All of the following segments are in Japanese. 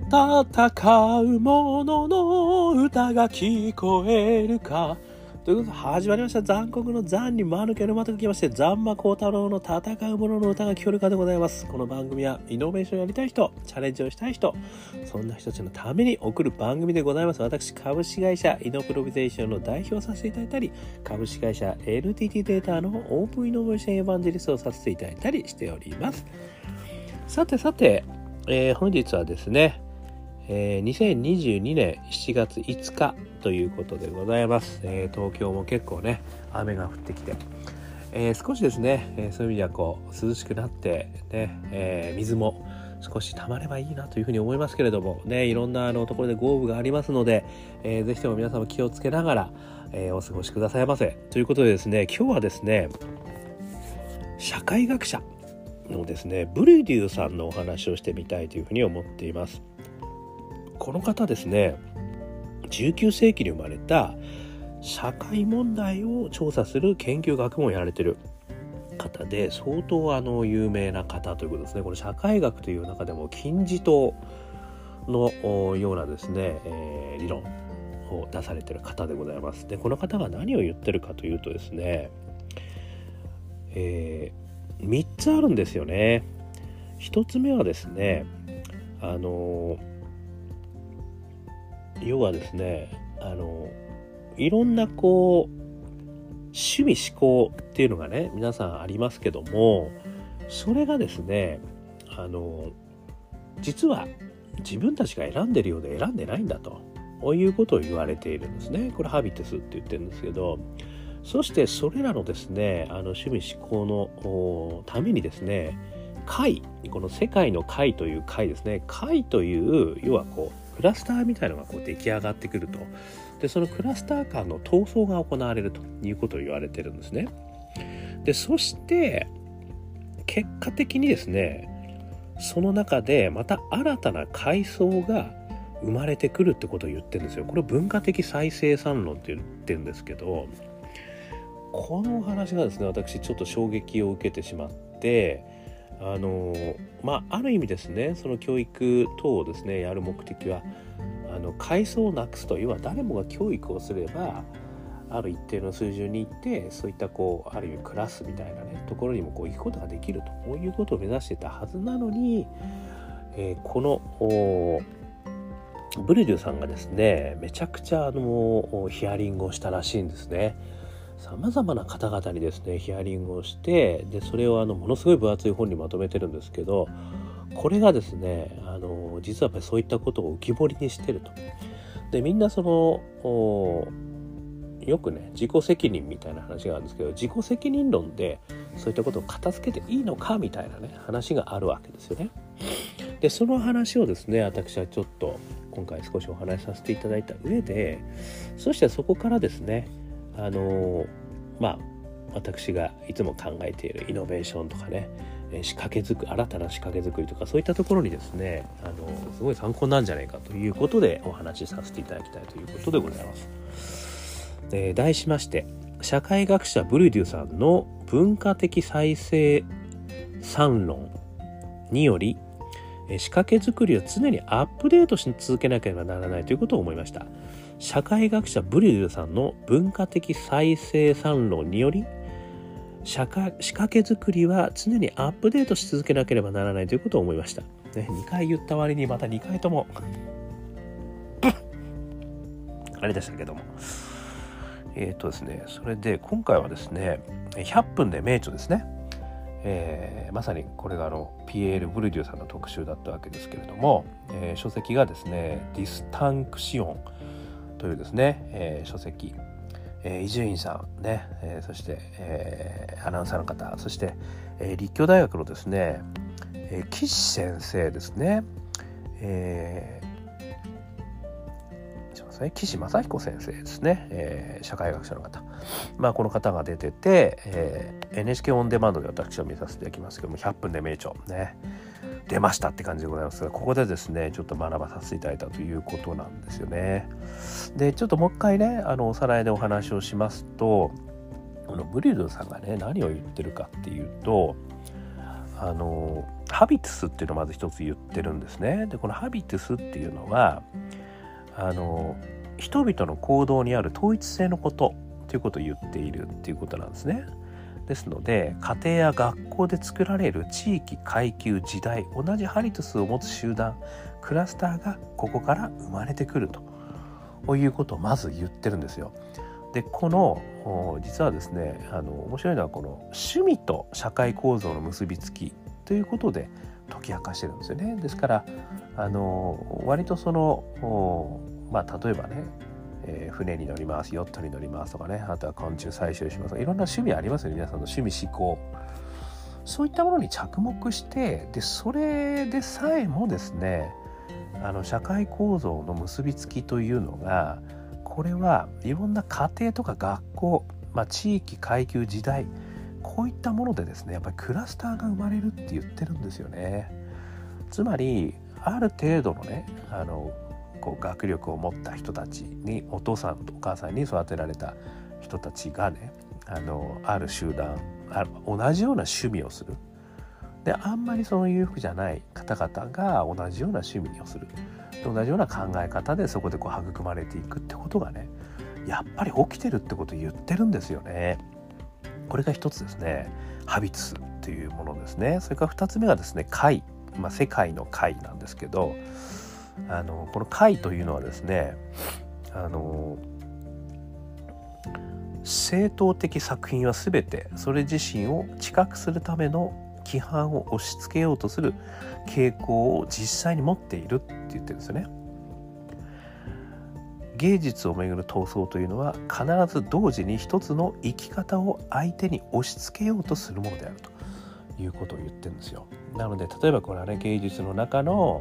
戦う者の歌が聞こえるか。ということで始まりました。残酷の残に間抜けの的が来まして、残魔高太郎の戦う者の歌が聞こえるかでございます。この番組はイノベーションやりたい人、チャレンジをしたい人、そんな人たちのために送る番組でございます。私、株式会社イノプロビゼーションの代表をさせていただいたり、株式会社 NTT データのオープンイノベーションエヴァンジェリストをさせていただいたりしております。さて、本日はですね、2022年7月5日ということでございます。東京も結構ね雨が降ってきて、少しですね、そういう意味では涼しくなってね、水も少し溜まればいいなというふうに思いますけれどもね、いろんなところで豪雨がありますので、ぜひとも皆様気をつけながら、お過ごしくださいませということでですね、今日はですね社会学者のですねブルデューさんのお話をしてみたいというふうに思っています。この方ですね、19世紀に生まれた社会問題を調査する研究学問をやられている方で、相当有名な方ということですね。この社会学という中でも金字塔のようなですね、理論を出されている方でございます。で、この方が何を言ってるかというとですね、3つあるんですよね。1つ目はですね、要はですね、いろんな趣味嗜好っていうのがね皆さんありますけども、それがですね実は自分たちが選んでるようで選んでないんだということを言われているんですね。これハビテスって言ってるんですけど、そしてそれらのですね趣味嗜好のためにですね、会、この世界の会という会ですね、会という要はクラスターみたいなのが出来上がってくると。で、そのクラスター間の闘争が行われるということを言われてるんですね。で、そして結果的にですね、その中でまた新たな階層が生まれてくるってことを言ってるんですよ。これを文化的再生産論って言ってるんですけど、このお話がですね、私ちょっと衝撃を受けてしまって、ある意味ですね、その教育等をですねやる目的は階層をなくすと。要は誰もが教育をすればある一定の水準に行って、そういったある意味クラスみたいなねところにも行くことができるということを目指していたはずなのに、このブルデューさんがですねめちゃくちゃヒアリングをしたらしいんですね。さまざまな方々にですねヒアリングをして、でそれをものすごい分厚い本にまとめてるんですけど、これがですね実はやっぱりそういったことを浮き彫りにしてると。で、みんなよくね自己責任みたいな話があるんですけど、自己責任論でそういったことを片付けていいのかみたいなね話があるわけですよね。で、その話をですね私はちょっと今回少しお話しさせていただいた上で、そしてそこからですね私がいつも考えているイノベーションとかね、新たな仕掛け作りとか、そういったところにですねすごい参考なんじゃないかということでお話しさせていただきたいということでございます。題しまして、社会学者ブルデューさんの文化的再生産論により仕掛け作りを常にアップデートし続けなければならないということを思いました。社会学者ブルデューさんの文化的再生産論により仕掛け作りは常にアップデートし続けなければならないということを思いました。2回言った割にまた2回ともあれでしたけども、ですね、それで今回はですね100分で名著ですね、まさにこれがピエール・ブルデューさんの特集だったわけですけれども、書籍がですねディスタンクシオンというですね、書籍、伊集院さんね、そして、アナウンサーの方、そして、立教大学のですね、岸先生ですね、岸正彦先生ですね、社会学者の方、この方が出てて、NHK オンデマンドで私は見させていただきますけども、100分で名著ね出ましたって感じでございますが、ここでですねちょっと学ばさせていただいたということなんですよね。で、ちょっともう一回ねおさらいでお話をしますと、このブリュードさんがね何を言ってるかっていうと、 ハビトゥスっていうのをまず一つ言ってるんですね。でこのハビトゥスっていうのは人々の行動にある統一性のことということを言っているっていうことなんですね。ですので家庭や学校で作られる地域、階級、時代、同じハビトゥスを持つ集団、クラスターがここから生まれてくるということをまず言ってるんですよ。でこの実はですね面白いのはこの趣味と社会構造の結びつきということで解き明かしてるんですよね。ですから割とその例えばね、船に乗ります、ヨットに乗りますとかね、あとは昆虫採集しますとか、いろんな趣味ありますよね。皆さんの趣味思考、そういったものに着目して、でそれでさえもですね社会構造の結びつきというのが、これはいろんな家庭とか学校、地域、階級、時代、こういったものでですねやっぱりクラスターが生まれるって言ってるんですよね。つまりある程度のね学力を持った人たちに、お父さんとお母さんに育てられた人たちがねある集団、同じような趣味をする。であんまりその裕福じゃない方々が同じような趣味をする、同じような考え方でそこで育まれていくってことがねやっぱり起きてるってことを言ってるんですよね。これが一つですね、ハビトゥスというものですね。それから二つ目がですね、界、世界の界なんですけど、この界というのはですね正当的作品は全てそれ自身を知覚するための規範を押し付けようとする傾向を実際に持っているって言ってるんですよね。芸術をめぐる闘争というのは必ず同時に一つの生き方を相手に押し付けようとするものであるということを言ってるんですよ。なので例えばこれはね、芸術の中の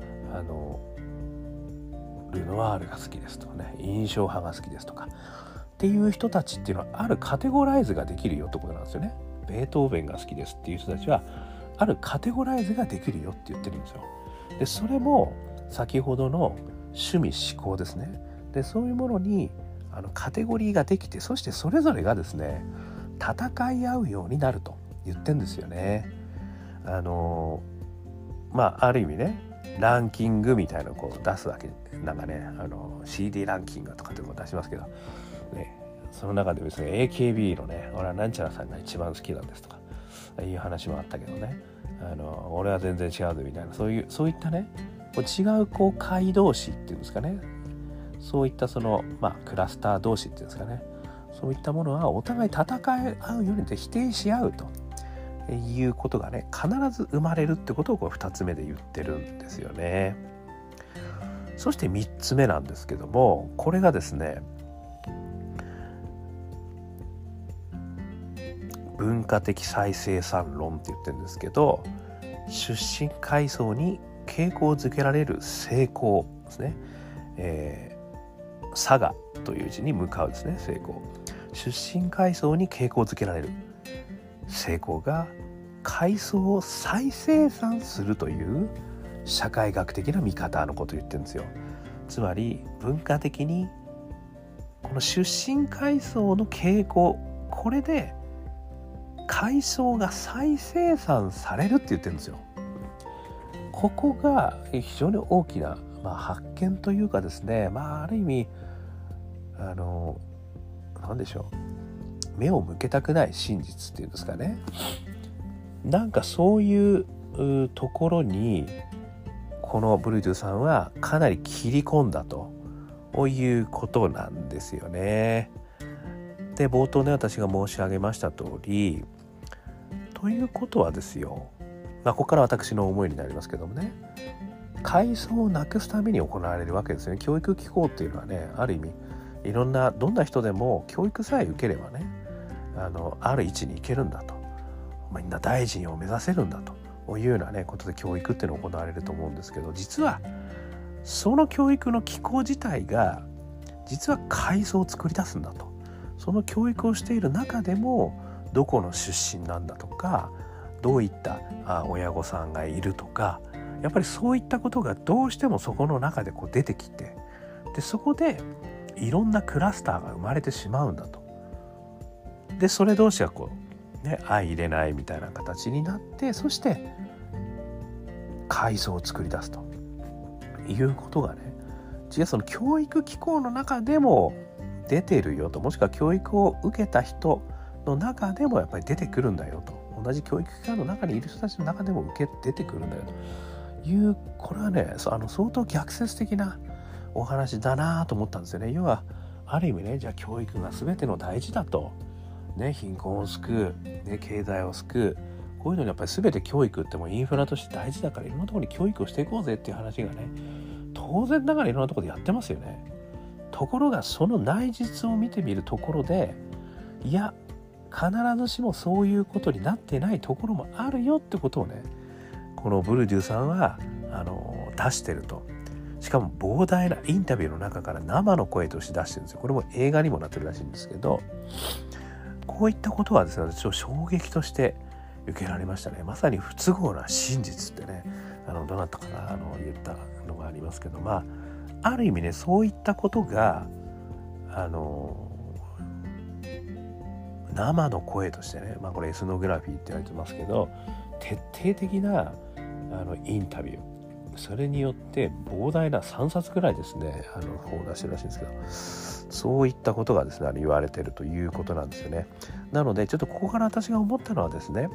ルノワールが好きですとかね、印象派が好きですとかっていう人たちっていうのはあるカテゴライズができるよってことなんですよね。ベートーベンが好きですっていう人たちはあるカテゴライズができるよって言ってるんですよ。でそれも先ほどの趣味思考ですね。でそういうものにカテゴリーができて、そしてそれぞれがですね戦い合うようになると言ってるんですよね。ある意味ね、ランキングみたいなのを出すわけ、なんかねCD ランキングとかって出しますけどね、その中でですね AKB のね、俺はなんちゃらさんが一番好きなんですとかいう話もあったけどね、俺は全然違うぜみたいな、そういったね違う階同士っていうんですかね、そういったそのクラスター同士っていうんですかね、そういったものはお互い戦い合うように否定し合うということがね必ず生まれるってことを2つ目で言ってるんですよね。そして3つ目なんですけども、これがですね文化的再生産論って言ってるんですけど、出身階層に傾向づけられる成功ですね、佐賀という字に向かうですね、成功、出身階層に傾向づけられる成功が階層を再生産するという社会学的な見方のことを言ってるんですよ。つまり文化的にこの出身階層の傾向、これで階層が再生産されるって言ってるんですよ。ここが非常に大きな、発見というかですね、ある意味なんでしょう、目を向けたくない真実っていうんですかね、なんかそういうところにこのブルートゥさんはかなり切り込んだということなんですよね。で冒頭ね、私が申し上げました通り、ということはですよ、ここから私の思いになりますけどもね、階層をなくすために行われるわけですよね。教育機構っていうのはね、ある意味いろんなどんな人でも教育さえ受ければねある位置に行けるんだと、みんな大臣を目指せるんだというようなねことで教育っていうのが行われると思うんですけど、実はその教育の機構自体が実は階層を作り出すんだと。その教育をしている中でもどこの出身なんだとか、どういった親御さんがいるとか、やっぱりそういったことがどうしてもそこの中で出てきて、でそこでいろんなクラスターが生まれてしまうんだと。でそれ同士がね、相入れないみたいな形になって、そして階層を作り出すということがね、実はその教育機構の中でも出てるよと、もしくは教育を受けた人の中でもやっぱり出てくるんだよと、同じ教育機関の中にいる人たちの中でも出てくるんだよという、これはね相当逆説的なお話だなと思ったんですよね。要はある意味ね、じゃあ教育が全ての大事だと、ね、貧困を救う、ね、経済を救う、こういうのにやっぱり全て教育ってもうインフラとして大事だから、いろんなところに教育をしていこうぜっていう話がね、当然ながらいろんなところでやってますよね。ところがその内実を見てみるところで、いや必ずしもそういうことになってないところもあるよってことをね、このブルデューさんは出してると。しかも膨大なインタビューの中から生の声として出してるんですよ。これも映画にもなってるらしいんですけど、こういったことはですね、ちょっと衝撃として受けられましたね。まさに不都合な真実ってね、どなたかな言ったのがありますけど、ある意味ね、そういったことが生の声としてね、これエスノグラフィーって言われてますけど、徹底的なインタビュー、それによって膨大な3冊ぐらいですね本を出してるらしいんですけど、そういったことがですね言われているということなんですよね。なのでちょっとここから私が思ったのはですね、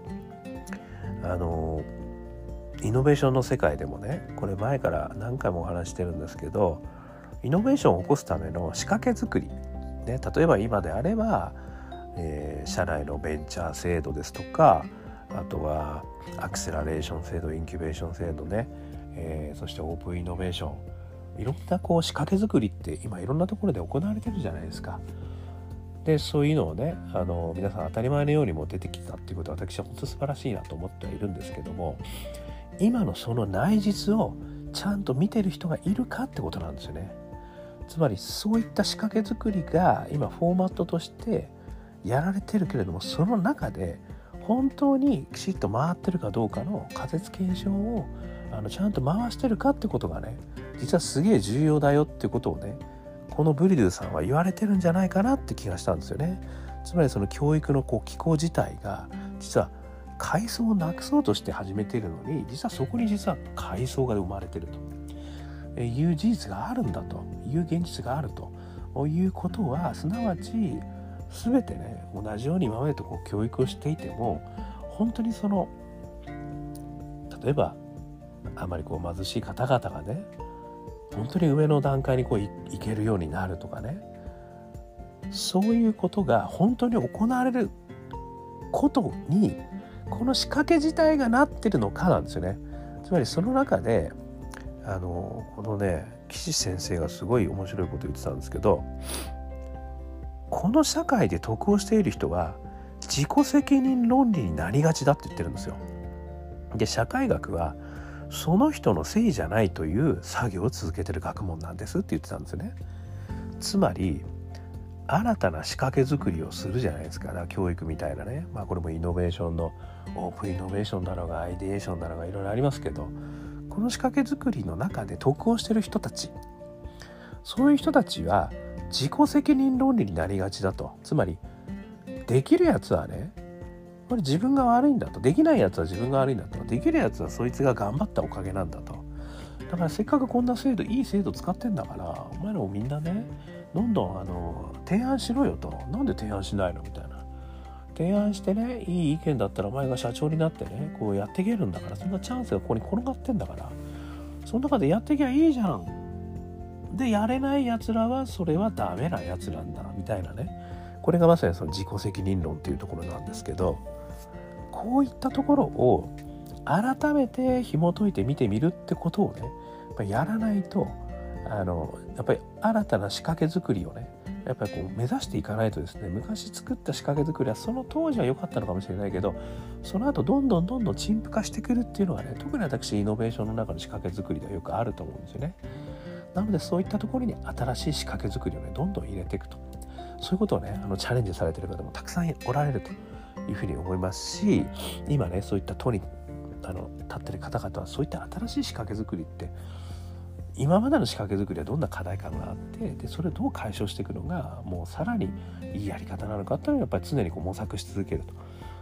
イノベーションの世界でもね、これ前から何回もお話してるんですけど、イノベーションを起こすための仕掛け作り、ね、例えば今であれば、社内のベンチャー制度ですとか、あとはアクセラレーション制度、インキュベーション制度ね、そしてオープンイノベーション、いろんな仕掛け作りって今いろんなところで行われてるじゃないですか。でそういうのをね皆さん当たり前のようにも出てきたっていうことは、私は本当素晴らしいなと思ってはいるんですけども、今のその内実をちゃんと見てる人がいるかってことなんですよね。つまりそういった仕掛け作りが今フォーマットとしてやられてるけれども、その中で本当にきちっと回ってるかどうかの仮説検証をちゃんと回してるかってことがね、実はすげえ重要だよってことをね、このブリドゥさんは言われてるんじゃないかなって気がしたんですよね。つまりその教育の機構自体が実は階層をなくそうとして始めているのに、実はそこに実は階層が生まれているという事実があるんだという現実があるということは、すなわち全てね同じように今までと教育をしていても、本当にその例えばあまり貧しい方々がね本当に上の段階に行けるようになるとかね、そういうことが本当に行われることにこの仕掛け自体がなってるのかなんですよね。つまりその中でこのね岸先生がすごい面白いこと言ってたんですけど、この社会で得をしている人は自己責任論理になりがちだって言ってるんですよ。で社会学はその人のせいじゃないという作業を続けてる学問なんですって言ってたんですよね。つまり新たな仕掛け作りをするじゃないですか。だから教育みたいなね、これもイノベーションのオープンイノベーションだろうがアイデエーションだろうがいろいろありますけど、この仕掛け作りの中で得をしてる人たち、そういう人たちは自己責任論理になりがちだと。つまりできるやつはねこれ自分が悪いんだと、できないやつは自分が悪いんだと、できるやつはそいつが頑張ったおかげなんだと。だからせっかくこんな制度、いい制度使ってんだから、お前らもみんなねどんどん提案しろよと。なんで提案しないのみたいな。提案してね、いい意見だったらお前が社長になってねやっていけるんだから、そんなチャンスがここに転がってんだから、その中でやっていけばいいじゃん。でやれないやつらはそれはダメなやつなんだみたいなね、これがまさにその自己責任論っていうところなんですけど、こういったところを改めて紐解いて見てみるってことをねやっぱりやらないと、やっぱり新たな仕掛け作りをねやっぱり目指していかないとですね、昔作った仕掛け作りはその当時は良かったのかもしれないけど、その後どんどん陳腐化してくるっていうのがね、特に私イノベーションの中の仕掛け作りではよくあると思うんですよね。なのでそういったところに新しい仕掛け作りをねどんどん入れていくと、そういうことをねチャレンジされている方もたくさんおられるというふうに思いますし、今ねそういった党に立っている方々はそういった新しい仕掛け作りって今までの仕掛け作りはどんな課題感があって、でそれをどう解消していくのがもうさらにいいやり方なのかというのをやっぱり常に模索し続ける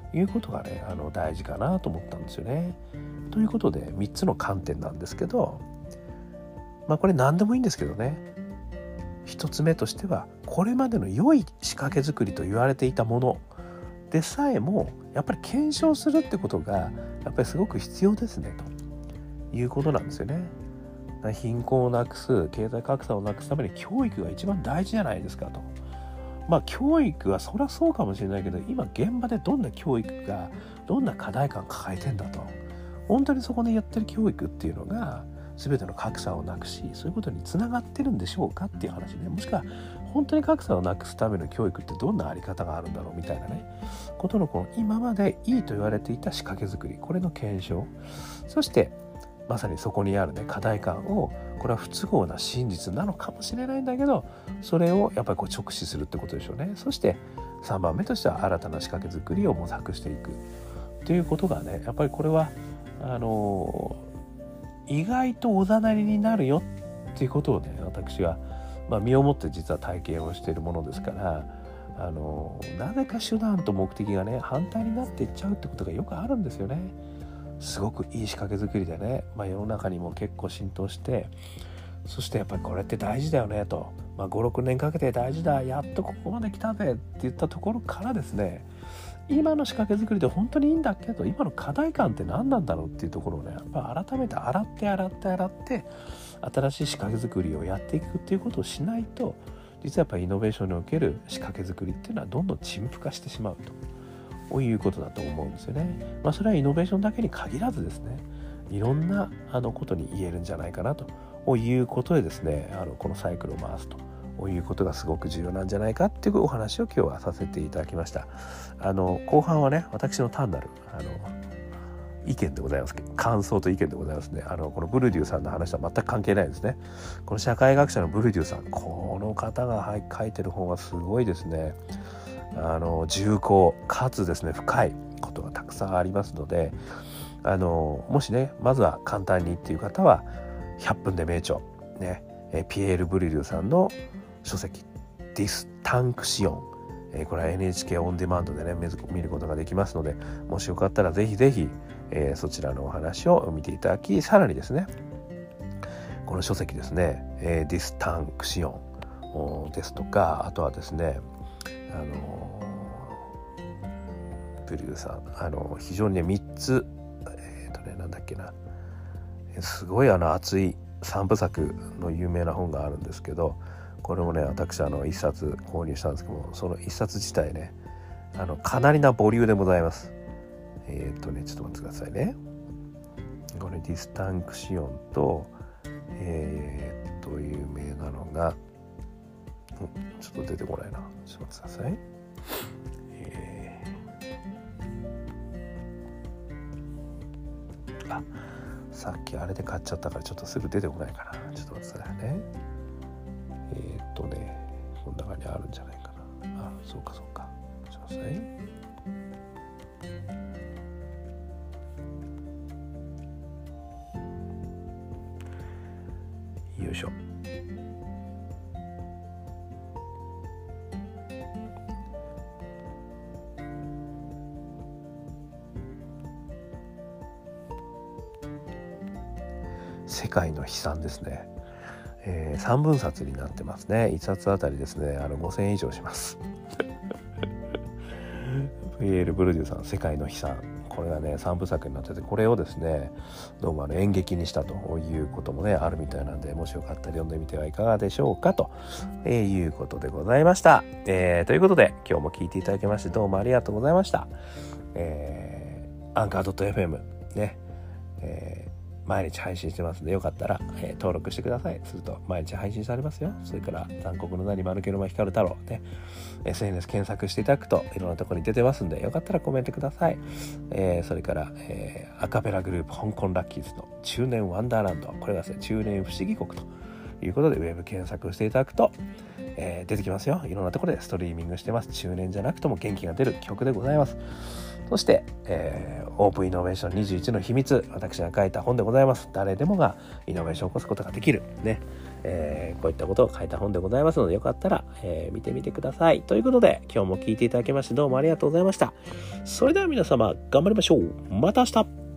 いうことがね大事かなと思ったんですよね。ということで3つの観点なんですけど、これ何でもいいんですけどね、1つ目としてはこれまでの良い仕掛け作りと言われていたものでさえもやっぱり検証するってことがやっぱりすごく必要ですねということなんですよね。貧困をなくす、経済格差をなくすために教育が一番大事じゃないですかと。教育はそりゃそうかもしれないけど、今現場でどんな教育がどんな課題感抱えてんだと、本当にそこでやってる教育っていうのが全ての格差をなくし、そういうことにつながってるんでしょうかっていう話ね。もしくは本当に格差をなくすための教育ってどんなあり方があるんだろうみたいなねことの、この今までいいと言われていた仕掛け作り、これの検証、そしてまさにそこにあるね課題感を、これは不都合な真実なのかもしれないんだけど、それをやっぱり直視するってことでしょうね。そして3番目としては新たな仕掛け作りを模索していくということがね、やっぱりこれは意外とおざなりになるよっていうことをね、私が身をもって実は体験をしているものですから、なぜか手段と目的がね反対になっていっちゃうってことがよくあるんですよね。すごくいい仕掛け作りでね、世の中にも結構浸透して、そしてやっぱりこれって大事だよねと、5、6年かけて大事だ、やっとここまで来たぜって言ったところからですね、今の仕掛け作りで本当にいいんだけど、今の課題感って何なんだろうっていうところをね、やっぱ改めて洗って新しい仕掛け作りをやっていくっていうことをしないと、実はやっぱりイノベーションにおける仕掛け作りっていうのはどんどん陳腐化してしまうということだと思うんですよね。それはイノベーションだけに限らずですね、いろんなことに言えるんじゃないかなということでですね、このサイクルを回すということがすごく重要なんじゃないかっていうお話を今日はさせていただきました。後半はね、私の単なる意見でございますけど、感想と意見でございますね。このブルデューさんの話とは全く関係ないですね。この社会学者のブルデューさん、この方が書いてる本はすごいですね。重厚かつですね深いことがたくさんありますので、もしねまずは簡単にっていう方は100分で名著ね、ピエール・ブリューさんの書籍ディスタンクシオン、これは NHK オンデマンドでね見ることができますので、もしよかったらぜひぜひ、そちらのお話を見ていただき、さらにですねこの書籍ですね、ディスタンクシオンですとか、あとはですねブリューさん非常にね3つなんだっけな、すごい熱い3部作の有名な本があるんですけど、これもね私1冊購入したんですけども、その1冊自体ねかなりなボリュームでございます。ちょっと待ってくださいね。これディスタンクシオンと有名なのがちょっと出てこないな、ちょっと待ってください。さっきあれで買っちゃったからちょっとすぐ出てこないかな。ちょっと待ってくださいね。この中にあるんじゃないかな。そうか。ちょっと待ってください。よいしょ。世界の悲惨ですね。3分冊になってますね。1冊あたりですね5000円以上しますピエール・ブルデューさん世界の悲惨、これがね3部作になってて、これをですねどうも演劇にしたということもねあるみたいなんで、もしよかったら読んでみてはいかがでしょうかと、いうことでございました。ということで今日も聞いていただきましてどうもありがとうございました。アンカー .fm ね、毎日配信してますので、よかったら、登録してください。すると毎日配信されますよ。それから残酷の名に丸けの間光る太郎ね、SNS 検索していただくといろんなところに出てますんで、よかったらコメントください。それから、アカペラグループ香港ラッキーズの中年ワンダーランド、これがですね中年不思議国ということでウェブ検索していただくと、出てきますよ。いろんなところでストリーミングしてます。中年じゃなくても元気が出る曲でございます。そして、オープンイノベーション21の秘密、私が書いた本でございます。誰でもがイノベーションを起こすことができるね、 こういったことを書いた本でございますので、よかったら、見てみてください。ということで、今日も聞いていただきましてどうもありがとうございました。それでは皆様、頑張りましょう。また明日。